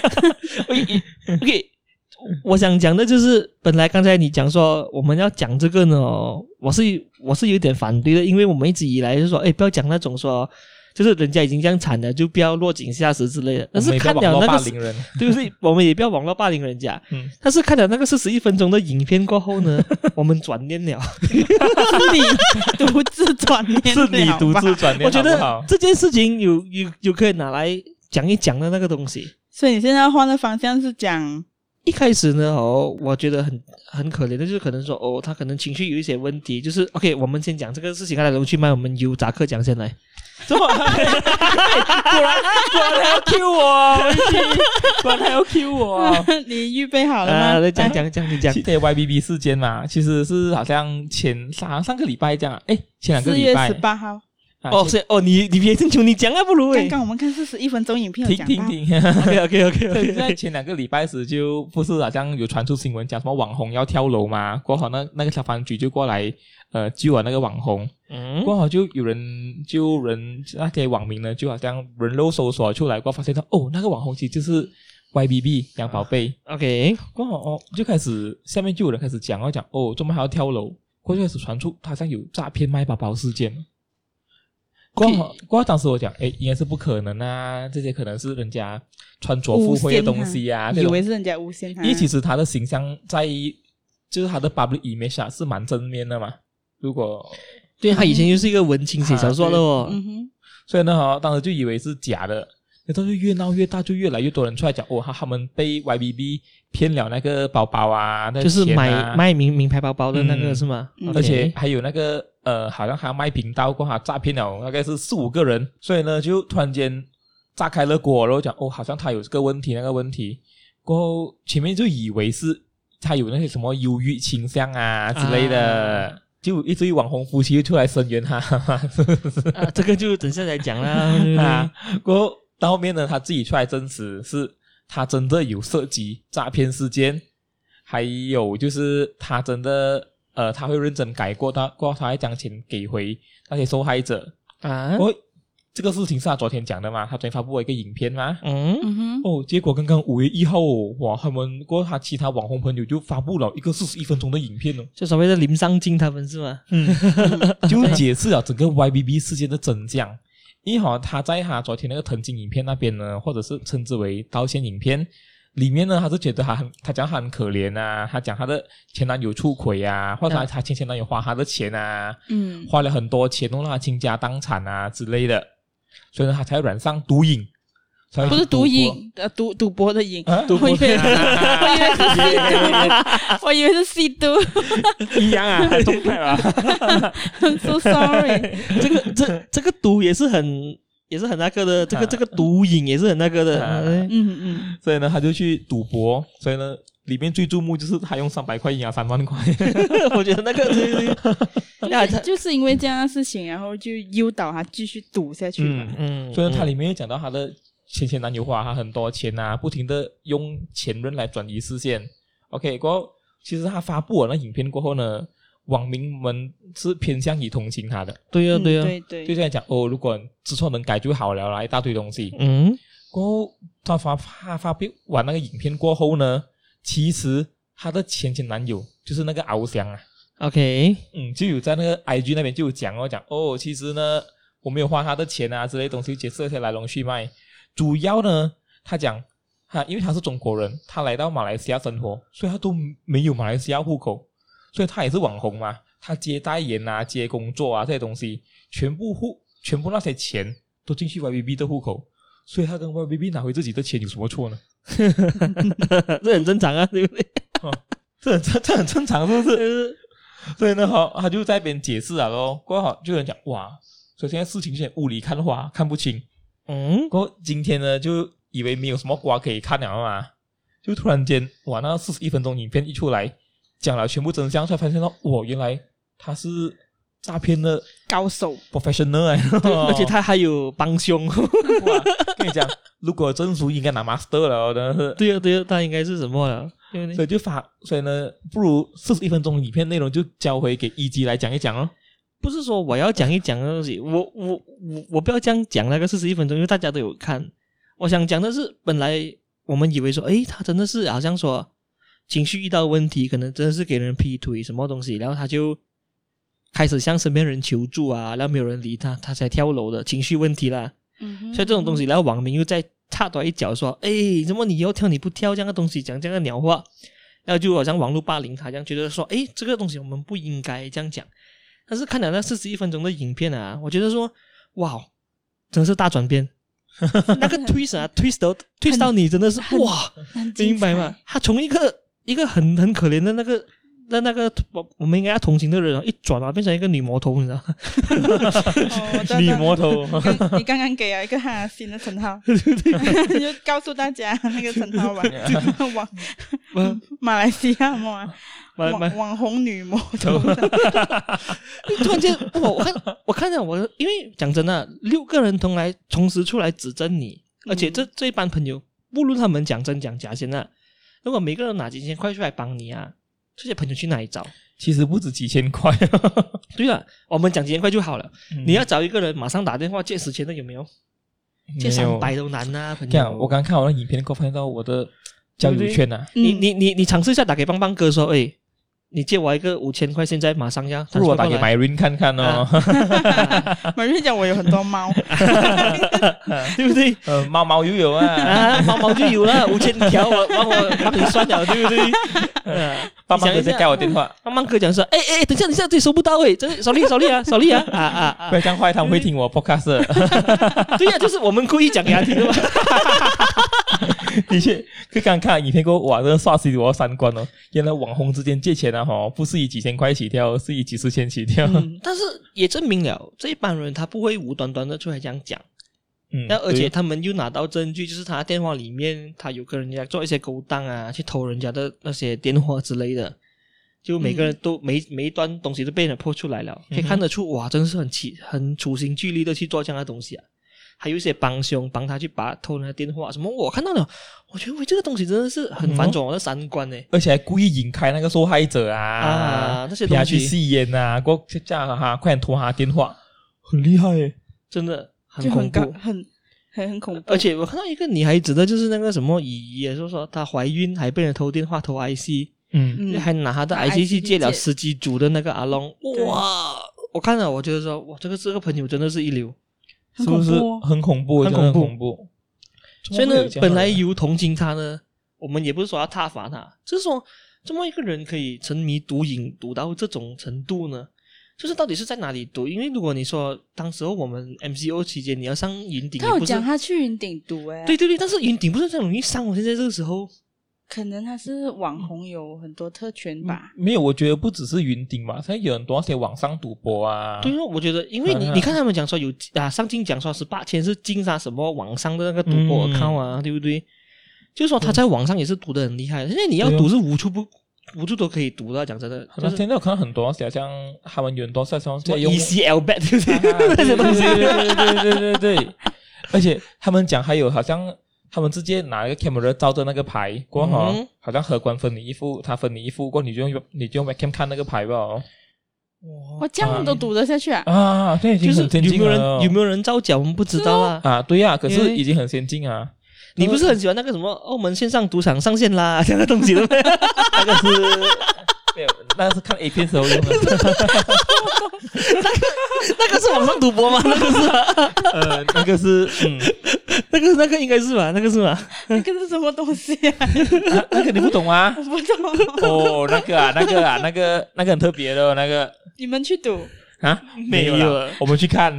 OK， 我想讲的就是，本来刚才你讲说我们要讲这个呢，我是我是有点反对的，因为我们一直以来就说，哎，不要讲那种说。就是人家已经这样惨了，就不要落井下石之类的。但是看了那个，对不对？我们也不要网络霸凌人家。嗯。但是看了那个四十一分钟的影片过后呢，我们转念了。 是你独自转念了， 是你独自转念。 我觉得这件事情有有有可以拿来讲一讲的那个东西。 所以你现在换的方向是讲， 一开始呢，哦，我觉得很很可怜的，就是可能说，哦，他可能情绪有一些问题。就是 OK， 我们先讲这个事情，来龙去脉，我们由扎克讲先来。 怎么？果然果然还要 Q 我，果然还要 Q 我。 你预备好了吗？ 啊，讲讲讲，你讲。 这些 Y B B 事件嘛，其实是好像前上上个礼拜这样，哎，前两个礼拜。 四月十八号。 哦，是哦，你你别清楚，你讲啊，不如刚刚我们看四十一分钟影片有讲到。 听听听。 OK OK OK OK。 在前两个礼拜时就不是好像有传出新闻讲什么网红要跳楼嘛，过后那那个消防局就过来呃救了那个网红。嗯。过后就有人就人那些网民呢就好像人肉搜索出来，过后发现到哦那个网红其实就是 Y B B 杨宝贝。 OK。 过后哦就开始下面就有人开始讲哦讲哦怎么还要跳楼？过后就开始传出他好像有诈骗卖宝宝事件。过后，过后当时我讲，诶，应该是不可能啊，这些可能是人家穿着附会的东西啊， 以为是人家诬陷他。 因为其实他的形象在，就是他的 public image 啊是蛮正面的嘛。如果对他以前就是一个文青写小说的哦， 嗯哼， 所以呢，哦，当时就以为是假的，然后就越闹越大，就越来越多人出来讲，哦，他他们被 Y B B 骗了那个包包啊，那个钱啊，就是买卖名名牌包包的那个、嗯、是吗？ 而且还有那个。呃，好像还卖频道过后诈骗了大概是四五个人，所以呢就突然间炸开了锅，然后讲哦，好像他有这个问题那个问题，过后前面就以为是他有那些什么忧郁倾向啊之类的，啊、就一堆网红夫妻出来声援他， 啊，这个就等下来讲啦。对对啊，过后到后面呢，他自己出来证实是他真的有涉及诈骗事件，还有就是他真的。呃，他会认真改过，他过后他会将钱给回那些受害者啊。哦，这个事情是他昨天讲的嘛？他昨天发布了一个影片嘛。嗯哼。哦，结果刚刚五月一号哦，哇，他们过后他其他网红朋友就发布了一个四十一分钟的影片哦， 就所谓的林尚敬他们是吗？嗯， 就解释了整个 Y B B 事件的真相。因为好像他在他昨天那个腾讯影片那边呢，或者是称之为道歉影片。 里面呢，他是觉得他很，他讲他很可怜啊，他讲他的前男友出轨啊，或者他他前前男友花他的钱啊， 嗯， 花了很多钱弄让他倾家荡产啊之类的，所以呢，他才染上毒瘾。 不是毒瘾，呃，赌赌博的瘾， 啊、 我以为我以为是吸毒，我以为是吸毒， 一样啊，还中派啊 I'm so sorry， 这个这这个毒也是很也是很那个的，这个这个毒瘾也是很那个的， 啊、 嗯嗯， 所以呢，他就去赌博，所以呢，里面最注目就是他用三百块赢了三万块， 我觉得那个对对，就是因为这样的事情，然后就诱导他继续赌下去嘛， 嗯，嗯所以呢，他里面又讲到他的。前前男友花他很多钱啊，不停的用前任来转移视线。OK， 过后其实他发布了那影片过后呢，网民们是偏向于同情他的。 对呀、啊、对呀、啊， 对对， 就这样讲哦，如果知错能改就好了啦，一大堆东西。 嗯， 过后他发他发布完那个影片过后呢，其实他的前前男友就是那个敖翔啊 ，OK， 嗯，就有在那个 I G 那边就有讲哦，讲哦，其实呢我没有花他的钱啊之类的东西，解释一些来龙去脉。主要呢，他讲他因为他是中国人，他来到马来西亚生活，所以他都没有马来西亚户口，所以他也是网红嘛，他接代言啊、接工作啊这些东西，全部户全部那些钱都进去 Y B B 的户口，所以他跟 Y B B 拿回自己的钱有什么错呢？ 这很正常啊，对不对？ 哦、这很这这很正常，是不是？所以呢，他他就在那边解释了咯，过后就有人讲哇，所以现在事情有点雾里看花，看不清。 嗯， 过后今天呢，就以为没有什么瓜可以看了嘛，就突然间哇，那四十一分钟影片一出来，讲了全部真相，才发现到哇，原来他是诈骗的高手 professional 哎， 而且他还有帮凶。 哇，跟你讲，如果证书应该拿 master 了，真的是。 对啊对啊，他应该是什么了？对不对？ 所以就发，所以呢，不如四十一分钟影片内容就交回给一级来讲一讲哦。 不是说我要讲一讲的东西，我我我我不要这样讲那个四十一分钟，因为大家都有看。我想讲的是，本来我们以为说，诶，他真的是好像说情绪遇到问题，可能真的是给人劈腿什么东西，然后他就开始向身边人求助啊，然后没有人理他，他才跳楼的情绪问题啦。 嗯哼， 所以这种东西，然后网民又再插多一脚说，诶，怎么你要跳你不跳这样的东西，讲这样的鸟话，然后就好像网络霸凌他这样，觉得说，诶，这个东西我们不应该这样讲。但是看了那四十一分钟的影片啊，我觉得说，哇，真的是大转变。那个 twist 啊 ，twist 到 twist 到你真的是哇，明白吗？他从一个一个很很可怜的那个那那个我我们应该要同情的人，一转啊变成一个女魔头，你知道吗？ 哦、 女魔头， 你刚刚给了一个哈新的称号，就告诉大家那个称号吧。网马来西亚嘛，网网红女魔头。 突然间，我我看我看到我，因为讲真的，六个人同来同时出来指证你，而且这这一班朋友，不论他们讲真讲假，现在如果每个人拿几千块出来帮你啊，这些朋友去哪里找？ 其实不止几千块。 对了，我们讲几千块就好了。 嗯、 你要找一个人马上打电话借十千的有没有？借三百都难啊，朋友。 我刚看我的影片，给我发现到我的交友圈啊， 对对你你你你尝试一下打给棒棒哥说，哎。你借我一个五千块，现在马上要。 不如我打给 Myrin 看看哦。 Myrin 讲我有很多猫， 对不对？ 呃，猫猫又有啊， 啊，猫猫就有了，五千条，我帮我帮你算了，对不对？ 棒棒哥再给我电话， 棒棒哥讲说，哎哎，等一下等一下，这收不到哎，这少力少力啊，少力啊，啊啊啊！ 不要这样坏，他们会听我 podcast。 对呀、啊，就是我们故意讲给他听的嘛。 的确，就刚看影片过，哇，真的刷新我的三观哦！原来网红之间借钱啊，哈，不是以几千块起跳，是以几十千起跳。 嗯、但是也证明了这一帮人他不会无端端的出来这样讲，嗯，而且他们又拿到证据，就是他电话里面他有跟人家做一些勾当啊，去偷人家的那些电话之类的，就每个人都、嗯、每每一段东西都被人破出来了，可以看得出、嗯、哇，真的是很起很处心积虑的去做这样的东西啊。还有一些帮凶帮他去把偷人的电话什么，我看到了，我觉得喂这个东西真的是很反转我的三观呢、欸嗯， 而且还故意引开那个受害者啊， 啊那些东西， 骗他去吸烟啊，过去叫他快点拖他电话，很厉害耶， 真的很恐怖， 很很很恐怖。 而且我看到一个女孩子的，就是那个什么姨姨，说说她怀孕还被人偷电话偷 I C， 嗯，还拿她的 I C 去借了十几组的那个阿龙，哇！我看了，我觉得说哇，这个这个朋友真的是一流。 是不是很恐怖？ 很恐怖， 很恐怖。 所以呢，本来有同情他呢， 我们也不是说要挞伐他，就是说这么一个人可以沉迷毒瘾毒到这种程度呢？就是到底是在哪里毒？因为如果你说当时候我们 M C O 期间你要上云顶， 他有讲他去云顶读诶、欸， 对对对，但是云顶不是这样容易上，我现在这个时候。 可能他是网红有很多特权吧、 嗯、没有，我觉得不只是云顶吧，现在有很多那些网上赌博啊。 对，我觉得因为你、嗯、你看他们讲说有啊，上镜讲说十八千是禁杀什么网上的那个赌博 account 啊、嗯、对不对？就是说他在网上也是赌得很厉害，现在你要赌是无处不无处都可以赌的，讲真的。 就是、现在我看到很多好像他们有很多在上在用 E C L bet 对不对？ 那些东西，对对对对对对，而且他们讲还有好像。他们直接拿一个 camera 照着那个牌，过后、嗯、好像荷官分你一副，他分你一副，过后你就用你就用 webcam 看那个牌吧。 哇，这样都赌得下去啊！ 啊，对，已经很先进了。 就是有没有人有没有人造假，我们不知道啊。 啊，对呀、啊，可是已经很先进啊。 你不是很喜欢那个什么澳门线上赌场上线啦这样的东西的吗？ 那个是没有，那个是看 A 片时候用的。 那个那个是网上赌博吗？那个是呃，那个是嗯。 那个那个应该是吧，那个是吧？ 那个是什么东西啊？ 啊那个你不懂吗？ 我不懂。 哦，那个啊，那个啊，那个那个很特别的、哦、那个。 你们去赌啊？ 没有了， 我们去看。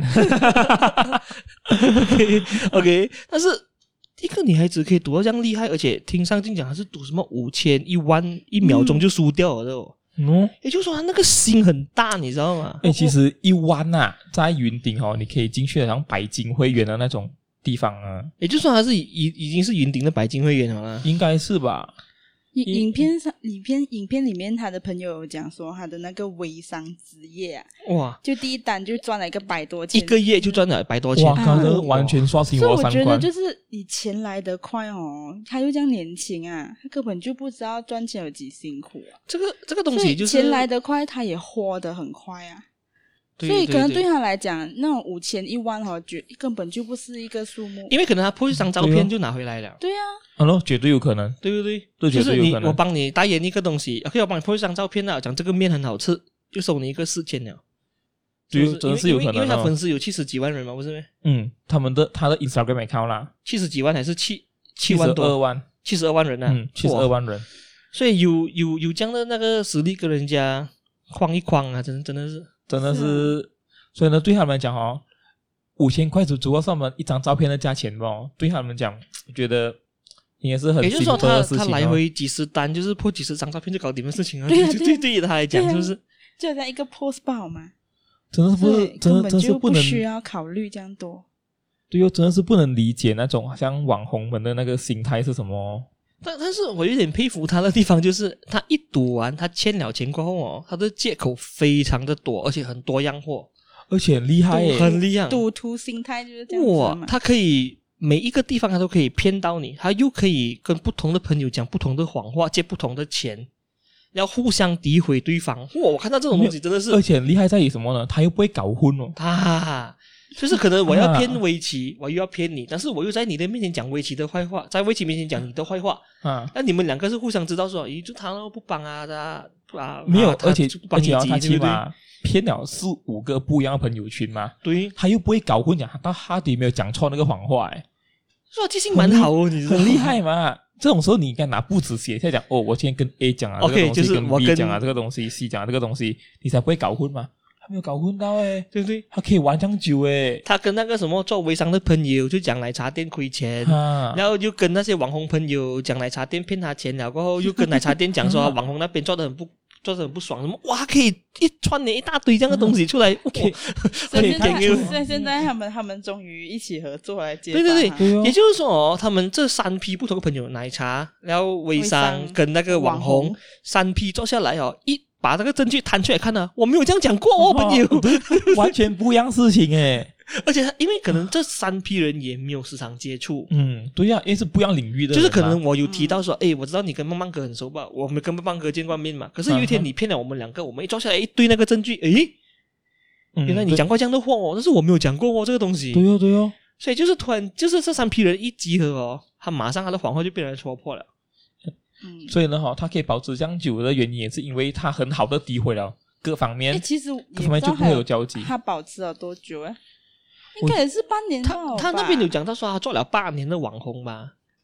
OK OK， 但是一个女孩子可以赌到这样厉害，而且听上镜讲她是赌什么五千、一万，一秒钟就输掉了的哦。嗯，也就是说他那个心很大，你知道吗？ 哎，其实一万啊，在云顶哦，你可以进去好像白金会员的那种地方啊。 也就是说他是已已经是云顶的白金会员了啦， 应该是吧？ 影影片上，影片影片里面，他的朋友有讲说，他的那个微商之夜啊， 哇， 就第一单就赚了一个百多千， 一个月就赚了百多千， 哇，刚才完全刷新我三观。 所以我觉得就是你钱来得快哦，他又这样年轻啊，他根本就不知道赚钱有几辛苦啊。 这个这个东西就是钱来得快，他也花得很快啊。 对所以可能对他来讲，那种五千一万哦，绝根本就不是一个数目， 因为可能他 po 一张照片就拿回来了。 对啊， 啊喏，绝对有可能， 对不对？ 对， 就是绝对有可能。 我帮你代言一个东西 ，OK， 我帮你 po 一张照片啊，讲这个面很好吃，就收你一个四千了。 对，真的是有可能、哦因为，因为他粉丝有七十几万人嘛，不是吗？ 嗯，他们的他的 Instagram account 啦， 七十几万还是七七万多？ 二万， 七十二万人啊， 嗯，七十二万人。 所以有有有这样的那个实力跟人家框一框啊，真真的是， 真的是。是所以呢，对他们来讲哦，五千块只足够是我们一张照片的价钱吧？对他们讲，我觉得应该是很幸福的事情、哦。 也就是说他，他来回几十单，就是破几十张照片就搞定的事情啊。对对对，对于他来讲，是不是？ 就在一个 post 报嘛， 真的是不是，真的真是不能需要考虑这样多。 对哦，真的是不能理解那种好像网红们的那个心态是什么。 但但是我有点佩服他的地方，就是他一赌完，他欠了钱过后哦，他的借口非常的多，而且很多样货。 而且很厉害耶， 很厉害， 赌徒心态就是这样子嘛。 哇，他可以每一个地方他都可以骗到你，他又可以跟不同的朋友讲不同的谎话，借不同的钱，要互相诋毁对方。哇，我看到这种东西真的是， 而且很厉害在于什么呢？他又不会搞混哦。 他就是可能我要骗围棋，我又要骗你，但是我又在你的面前讲围棋的坏话，在围棋面前讲你的坏话。啊，那你们两个是互相知道说，咦，就他不帮啊，他啊没有，而且而且他起码骗了四五个不一样的朋友群嘛， 对， 他又不会搞混讲，他他底没有讲错那个谎话，哎， 说记性蛮好哦，你很厉害嘛。这种时候你应该拿布纸写下讲，哦，我今天跟 A 讲啊， okay, 这个东西跟 B 跟讲啊，这个东西 C 讲啊，这个东西，你才不会搞混嘛。他没有搞混到哎， 对不对？ 他可以玩这样久哎。 他跟那个什么做微商的朋友就讲奶茶店亏钱， 啊、 然后又跟那些网红朋友讲奶茶店骗他钱了，过后又跟奶茶店讲说网红那边做的很不做的很不爽，什么哇可以一串联一大堆这样的东西出来， 可以。 所以现在，所以现在他们他们终于一起合作来接。 对对对，也就是说哦，他们这三批不同的朋友，奶茶，然后微商跟那个网红三批做下来哦，一。把这个证据摊出来看呢、啊，我没有这样讲过哦，朋友， 完全不一样事情诶。 而且因为可能这三批人也没有时常接触， 嗯，对呀、啊，因为是不一样领域的人， 就是可能我有提到说，哎、嗯，我知道你跟棒棒哥很熟吧，我们跟棒棒哥见过面嘛，可是有一天你骗了我们两个，我们一抓下来一堆那个证据，诶，嗯、原来你讲过这样的话哦，但是我没有讲过哦，这个东西， 对哦对哦， 所以就是突然就是这三批人一集合哦，他马上他的谎话就被人戳破了。 嗯， 所以呢，哈，他可以保持这样久的原因，也是因为他很好的诋毁了各方面。 其实各方面就不会有交集。 他保持了多久啊？应该也是半年吧。 他他那边有讲到说他做了八年的网红吧，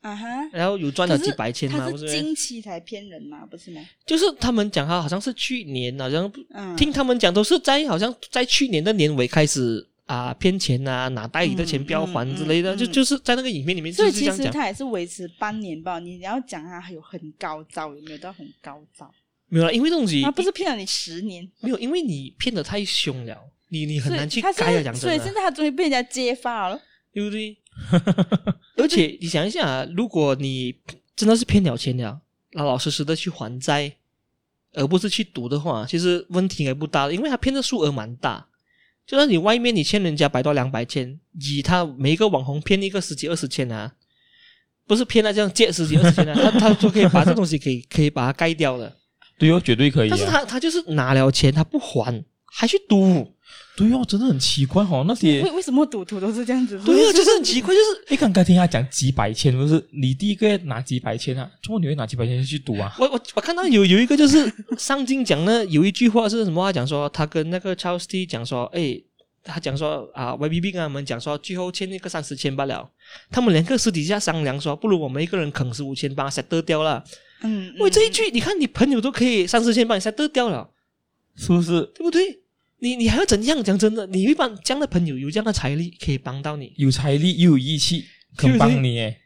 啊哈， 然后有赚了几百千嘛， 他不是？ 是近期才骗人嘛，不是吗？ 就是他们讲他好像是去年，好像、 嗯、 听他们讲都是在好像在去年的年尾开始啊骗钱啊，拿代理的钱不要还之类的， 嗯嗯嗯、 就就是在那个影片里面所以其就是这样讲。 实他也是维持半年吧。你要讲他有很高招，有没有到很高招？ 没有啦，因为东西他不是骗了你十年， 没有，因为你骗得太凶了，你你很难去改啊，讲真的。 所以现在他终于被人家揭发了， 对不对？而且你想一下啊，如果你真的是骗了钱了，老老实实的去还债，而不是去赌的话，其实问题也不大，因为他骗的数额蛮大。就算你外面你欠人家百多两百千，以他每一个网红骗一个十几二十千啊，不是骗他这样借十几二十千啊，他他就可以把这东西可以可以把它盖掉的。 对哦，绝对可以、啊。 但是他他就是拿了钱他不还，还去赌。 对哦，真的很奇怪哦，那些为为什么赌徒都是这样子？ 对啊，就是很奇怪，就是一刚刚听他讲几百千，不是你第一个月拿几百千啊？怎么你会拿几百千去赌啊？ 我我我看到有有一个就是上镜讲呢，有一句话是什么？他讲说他跟那个 Charles T 讲说，诶，他讲说啊 ，Y B B 跟他们讲说，最后欠那个三十千罢了。他们两个私底下商量说，不如我们一个人啃十五千，帮他 settle 掉了。 嗯， 喂，这一句你看，你朋友都可以三十千帮你 settle 掉了， 是不是？ 对不对？你你还要怎样？讲真的，你一般这样的朋友有这样的财力可以帮到你， 有财力又有义气，肯帮你诶。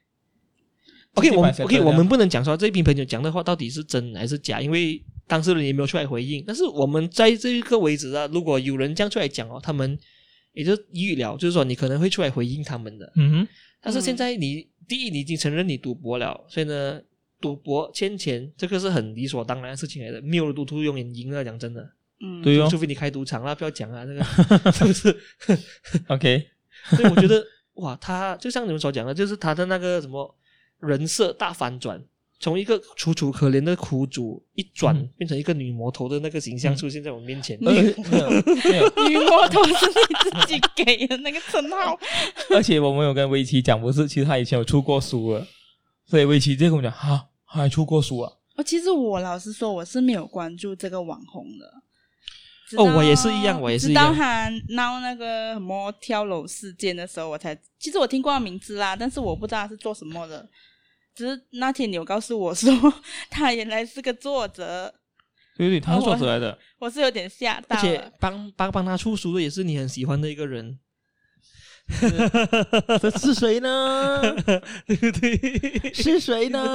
OK， 我们 OK， 我们不能讲说这批朋友讲的话到底是真还是假，因为当事人也没有出来回应。但是我们在这个为止啊，如果有人这样出来讲哦，他们也就预料，就是说你可能会出来回应他们的。 嗯哼。 但是现在你、嗯、第一，你已经承认你赌博了，所以呢，赌博欠钱这个是很理所当然的事情来的，没有赌徒永远赢了，讲真的。 嗯， 对哦， 除非你开赌场啦，不要讲啊，这个是不是 ？OK， 所以我觉得哇，他就像你们所讲的，就是他的那个什么人设大反转，从一个楚楚可怜的苦主一转、嗯、变成一个女魔头的那个形象出现在我面前。 女女魔头是你自己给的那个称号。 而且我们有跟威奇讲，不是，其实他以前有出过书了，所以威奇就跟我讲，哈，他还出过书啊。 哦，其实我老实说，我是没有关注这个网红的。 哦，我也是一样，我也是一样。 直到他闹那个什么跳楼事件的时候，我才其实我听过他名字啦，但是我不知道他是做什么的。只是那天你有告诉我说，他原来是个作者。 对对，他是作者来的。 我, 我是有点吓到了。 而且帮帮帮他出书的也是你很喜欢的一个人。 这是谁呢？ 对不对？ 是谁呢？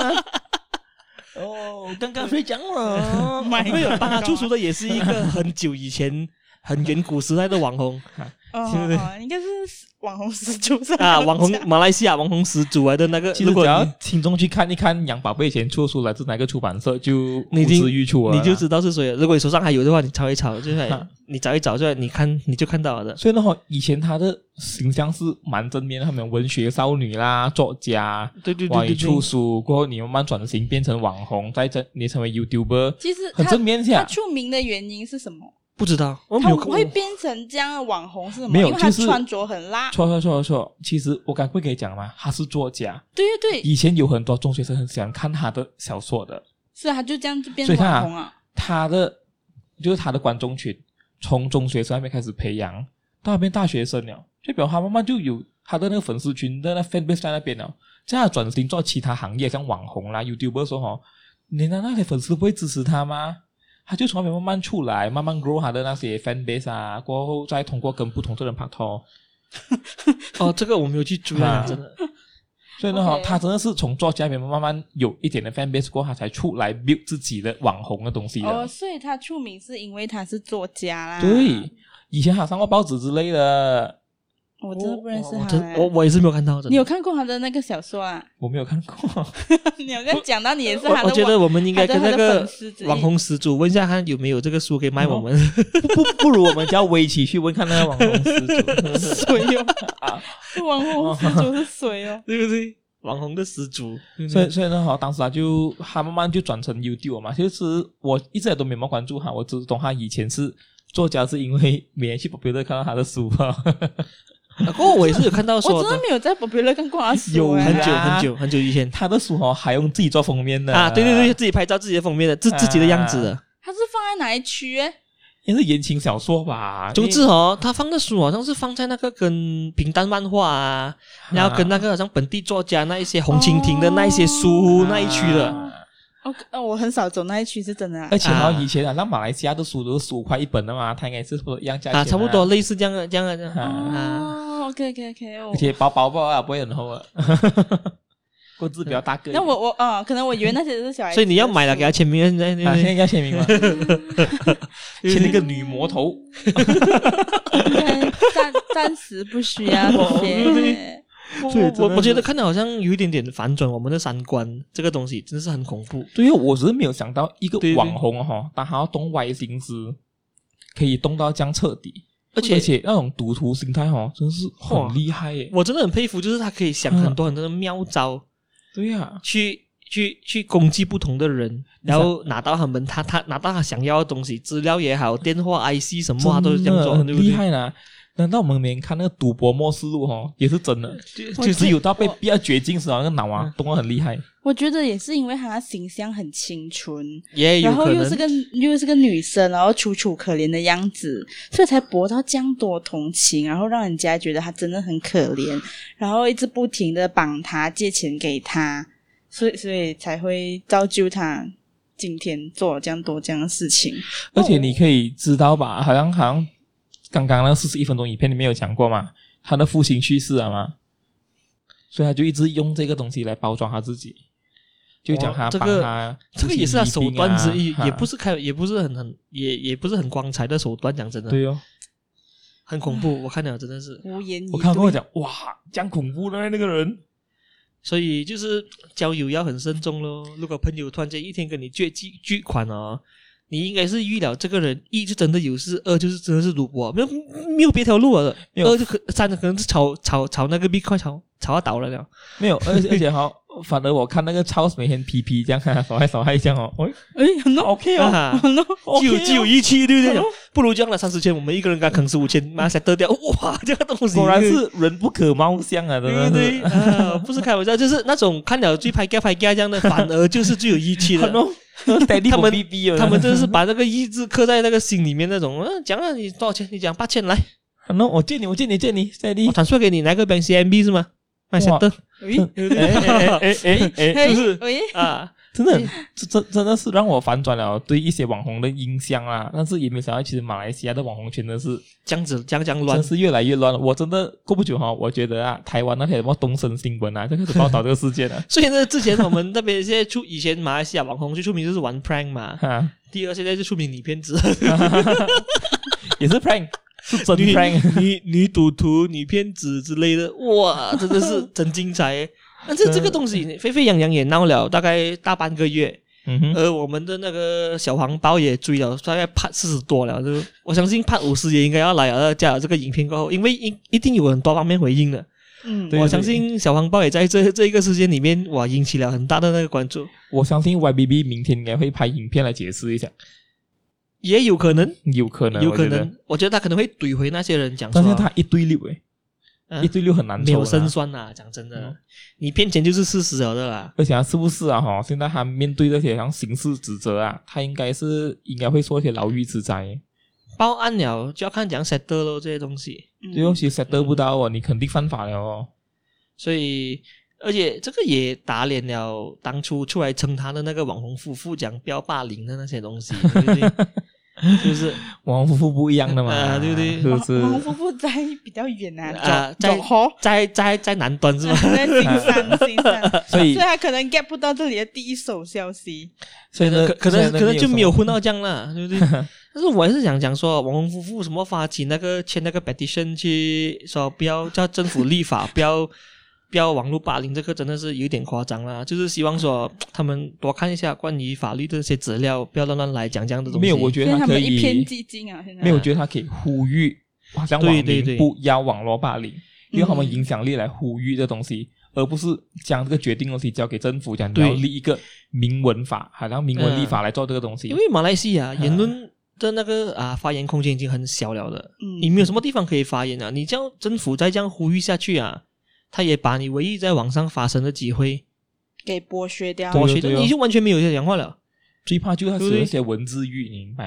哦，刚刚谁讲了？ 没有，帮他出书的也是一个很久以前、很远古时代的网红， 哦， 对不对？ 应该是网红始祖是啊，网红马来西亚网红始祖来的那个。 其实只要听众去看一看杨宝贝以前出书来自哪个出版社，就呼之欲出了， 你就知道是谁了。如果你手上还有的话，你抄一抄，就是你找一找，就你看你就看到了的。 所以的话，以前他的形象是蛮正面的，他们文学少女啦，作家， 对对对对， 出书过后，你慢慢转型变成网红，再成你成为 YouTuber， 其实很正面下。 他出名的原因是什么？ 不知道，我没有。他会变成这样的网红是什么？ 没有， 因为他穿着很辣。 错错错错，其实我刚不跟你讲嘛，他是作家。 对对对。 以前有很多中学生很喜欢看他的小说的。 是啊，他就这样就变成网红啊。 他的就是他的观众群，从中学生那边开始培养，到那边大学生了，就表他慢慢就有他的那个粉丝群的那 fan base 在那边了。这样转型做其他行业，像网红啦、YouTuber 说哦，你的那些粉丝不会支持他吗？他就从那边慢慢出来，慢慢 grow 他的那些 fan base 啊，过后再通过跟不同的人拍拖。 哦，这个我没有去注意，啊、真的。 所以呢， okay. 他真的是从作家那边慢慢有一点的 fan base 过后，他才出来 build 自己的网红的东西的。 哦，所以他出名是因为他是作家啦。 对，以前他上过报纸之类的。 我真的不认识他、 欸我，我我也是没有看到。 你有看过他的那个小说啊？ 我没有看过。 你有跟讲到你也是他的我，我觉得我们应该跟那个网红始祖问一下，看有没有这个书可以卖我们。 哦、不不不如我们叫围棋去问看那个网红始祖谁哟、哦？啊，网红始祖是谁哦？ 对不对？网红的始祖。 所以所以呢，当时他就他慢慢就转成 YouTube 嘛。其实我一直也都没有关注他，我只懂他以前是作家，是因为没人去 popular 看到他的书啊。 不过我也是有看到说， 我真的没有在 popular 看过他书， 有很久很久很久以前， 他的书哦还用自己做封面的啊，对对对，自己拍照自己的封面的，自、啊、自己的样子的。 他是放在哪一区诶？ 应该是言情小说吧。 总之哦，他放的书好像是放在那个跟平淡漫画啊，然后跟那个好像本地作家那一些红蜻蜓的那一些书、 啊那一区的。 哦，哦我很少走那一区，是真的啊。 而且好像以前好像马来西亚的书都是十五块一本的嘛，它应该是一样价钱、啊、 啊，差不多类似这样的这样的这样的啊。哦 OK OK OK， 而且薄薄薄啊，不会很厚啊。个字比较大个。 那我我啊、哦，可能我以为那些都是小孩子。 所以你要买了给他签名，现在啊，现在要签名吗？签那个女魔头。 暂暂时不需要，谢谢。 我我我觉得看到好像有一点点反转我们的三观，这个东西真的是很恐怖。 对，我只是没有想到一个网红哈，但他要动歪心思，可以动到这样彻底。而且而且那种赌徒心态哦，真是很厉害耶！ 我真的很佩服，就是他可以想很多很多的妙招，嗯、 对呀、啊， 去去去攻击不同的人，然后拿到他们他他拿到他想要的东西，资料也好，电话 I C 什么，他都是这样做， 很厉害呢。难道我们每天看那个赌博默示录哦，也是真的，就是有到被逼到绝境时候，那个脑啊动得很厉害。 我觉得也是因为她形象很清纯， 也有可能， 然后又是个又是个女生，然后楚楚可怜的样子，所以才博到这样多同情，然后让人家觉得她真的很可怜，然后一直不停的帮她借钱给她，所以所以才会造就她今天做这样多这样的事情。 而且你可以知道吧，好像好像。刚刚那四十一分钟影片里面有讲过嘛，他的父亲去世了嘛，所以他就一直用这个东西来包装他自己，就讲他帮他、 哦这个、这个也是他手段之一， 啊、 也不是开，也不是很很也也不是很光彩的手段，讲真的， 对哦， 很恐怖，我看了真的是无言以对。 我看跟我讲，哇，这样恐怖的那个人， 所以就是交友要很慎重咯。如果朋友突然间一天跟你借巨巨款哦。你应该是预料这个人一就真的有事，二就是真的是赌博，没有没有别条路了。二就可三可能是炒炒炒那个币快炒炒到倒了了。 没有，而且而且好，反而我看那个超每天 P P 这样看，手还手还这样哦，哎哎，很 OK 哦，很 OK， 只有只有义气，对不对？不如这样了，三十千我们一个人给他坑十五千，马上得掉，哇，这个东西果然是人不可貌相啊，真的对对啊，不是开玩笑，就是那种看了最拍架拍架这样的，反而就是最有义气的。他们他们真的是把那个意志刻在那个心里面那种。嗯，讲啊，你多少钱？你讲八千来。 那我借你，我借你，借你，借你。 我传输给你，拿个 bank C M B 是吗？买下的。 哎哎哎哎哎，就是啊， 真的，真真的是让我反转了对一些网红的印象啊。但是也没有想到，其实马来西亚的网红圈真是这样子，这样这样乱， 真是越来越乱了。我真的过不久哈，我觉得啊，台湾那些什么东森新闻啊，就开始报道这个事件了。 所以呢，之前我们那边现在出，以前马来西亚网红最出名就是玩 prank 嘛，第二现在就出名女骗子， 也是 prank。是真 prank， 女女赌徒、女骗子之类的，哇，真的是真精彩！但是这个东西沸沸扬扬也闹了大概大半个月， 嗯哼， 而我们的那个小黄包也追了，大概拍四十多了，就我相信拍五十也应该要来了。加了这个影片过后，因为一一定有很多方面回应的，嗯，我相信小黄包也在这这一个时间里面，哇，引起了很大的那个关注。 我相信 Y B B 明天应该会拍影片来解释一下。 也有可能， 有可能， 有可能。我觉得他可能会怼回那些人讲说，但是他一对六诶， 啊、 一对六很难抽， 没有胜算呐、啊。讲真的，嗯、你骗钱就是事实了的啦。 而且他是不是啊？哈，现在他面对这些像刑事指责啊，他应该是应该会说一些牢狱之灾。 报案了就要看怎样 settle 咯，这些东西。 这东西 settle 不到哦，你肯定犯法了哦。 所以，而且这个也打脸了当初出来称他的那个网红夫妇讲不要霸凌的那些东西，对不对？是不是网红夫妇不一样的嘛？ 啊，对不对？ 是不是？ 网红夫妇在比较远啊， 啊，在在在在南端是吗？ 在新山，新山， 所以所以他可能 get 不到这里的第一手消息， 所以呢，可可能可能就没有混到这样啦，对不对？但是我还是想讲说，网红夫妇什么发起那个签那个 petition 去说不要叫政府立法，不要。不要网络霸凌，这个真的是有点夸张啦。就是希望说他们多看一下关于法律的这些资料，不要乱乱来讲这样的东西。 没有，我觉得他可以一偏激进啊。现在没有，我觉得他可以呼吁，好像网民不要网络霸凌，用他们影响力来呼吁这东西，嗯、而不是将这个决定东西交给政府，讲你要立一个明文法，好像明文立法来做这个东西。 嗯、因为马来西亚言论的那个啊发言空间已经很小了的，嗯、你没有什么地方可以发言啊。你叫政府再这样呼吁下去啊。他也把你唯一在网上发声的机会给剥削掉， 剥削掉，你就完全没有讲话了。 最怕就是他写一些文字狱，你明白吗？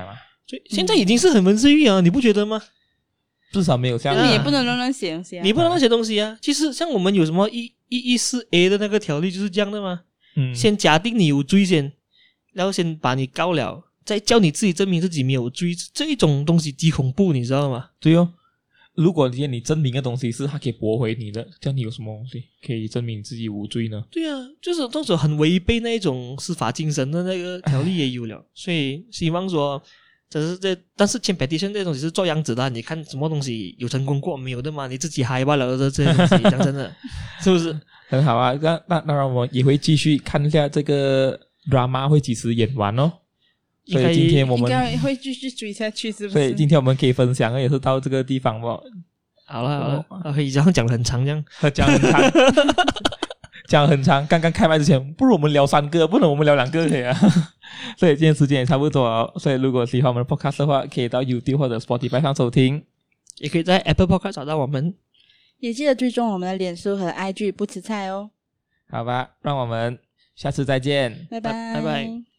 所以现在已经是很文字狱啊，你不觉得吗？ 至少没有像那你也不能乱乱写东西啊。 你不能那些东西啊。其实像我们有什么一一一四 A 的那个条例就是这样的嘛。 嗯， 先假定你有罪先，然后先把你告了，再叫你自己证明自己没有罪，这一种东西极恐怖，你知道吗？ 对哦。如果今天你证明的东西是他可以驳回你的，这样你有什么东西可以证明你自己无罪呢？ 对啊，就是这种很违背那一种司法精神的那个条例也有了，所以希望说，只是这，但是签 petition 这东西是做样子的，你看什么东西有成功过没有的嘛？你自己嗨罢了的这些东西，讲真的，是不是？ 很好啊，那那当然我们也会继续看一下这个 drama 会几时演完哦。所以今天我们应该会继续追下去，是不是？ 所以今天我们可以分享的也是到这个地方吧。 好了好了，可以这样讲得很长，这样讲很长，讲很长。刚刚开麦之前，不如我们聊三个，不能我们聊两个可以啊。所以今天时间也差不多了，所以如果喜欢我们的 podcast 的话，可以到 YouTube 或者 Spotify 上收听， 也可以在 Apple Podcast 找到我们。 也记得追踪我们的脸书和 I G 不吃菜哦。 好吧，让我们下次再见， 拜拜拜拜。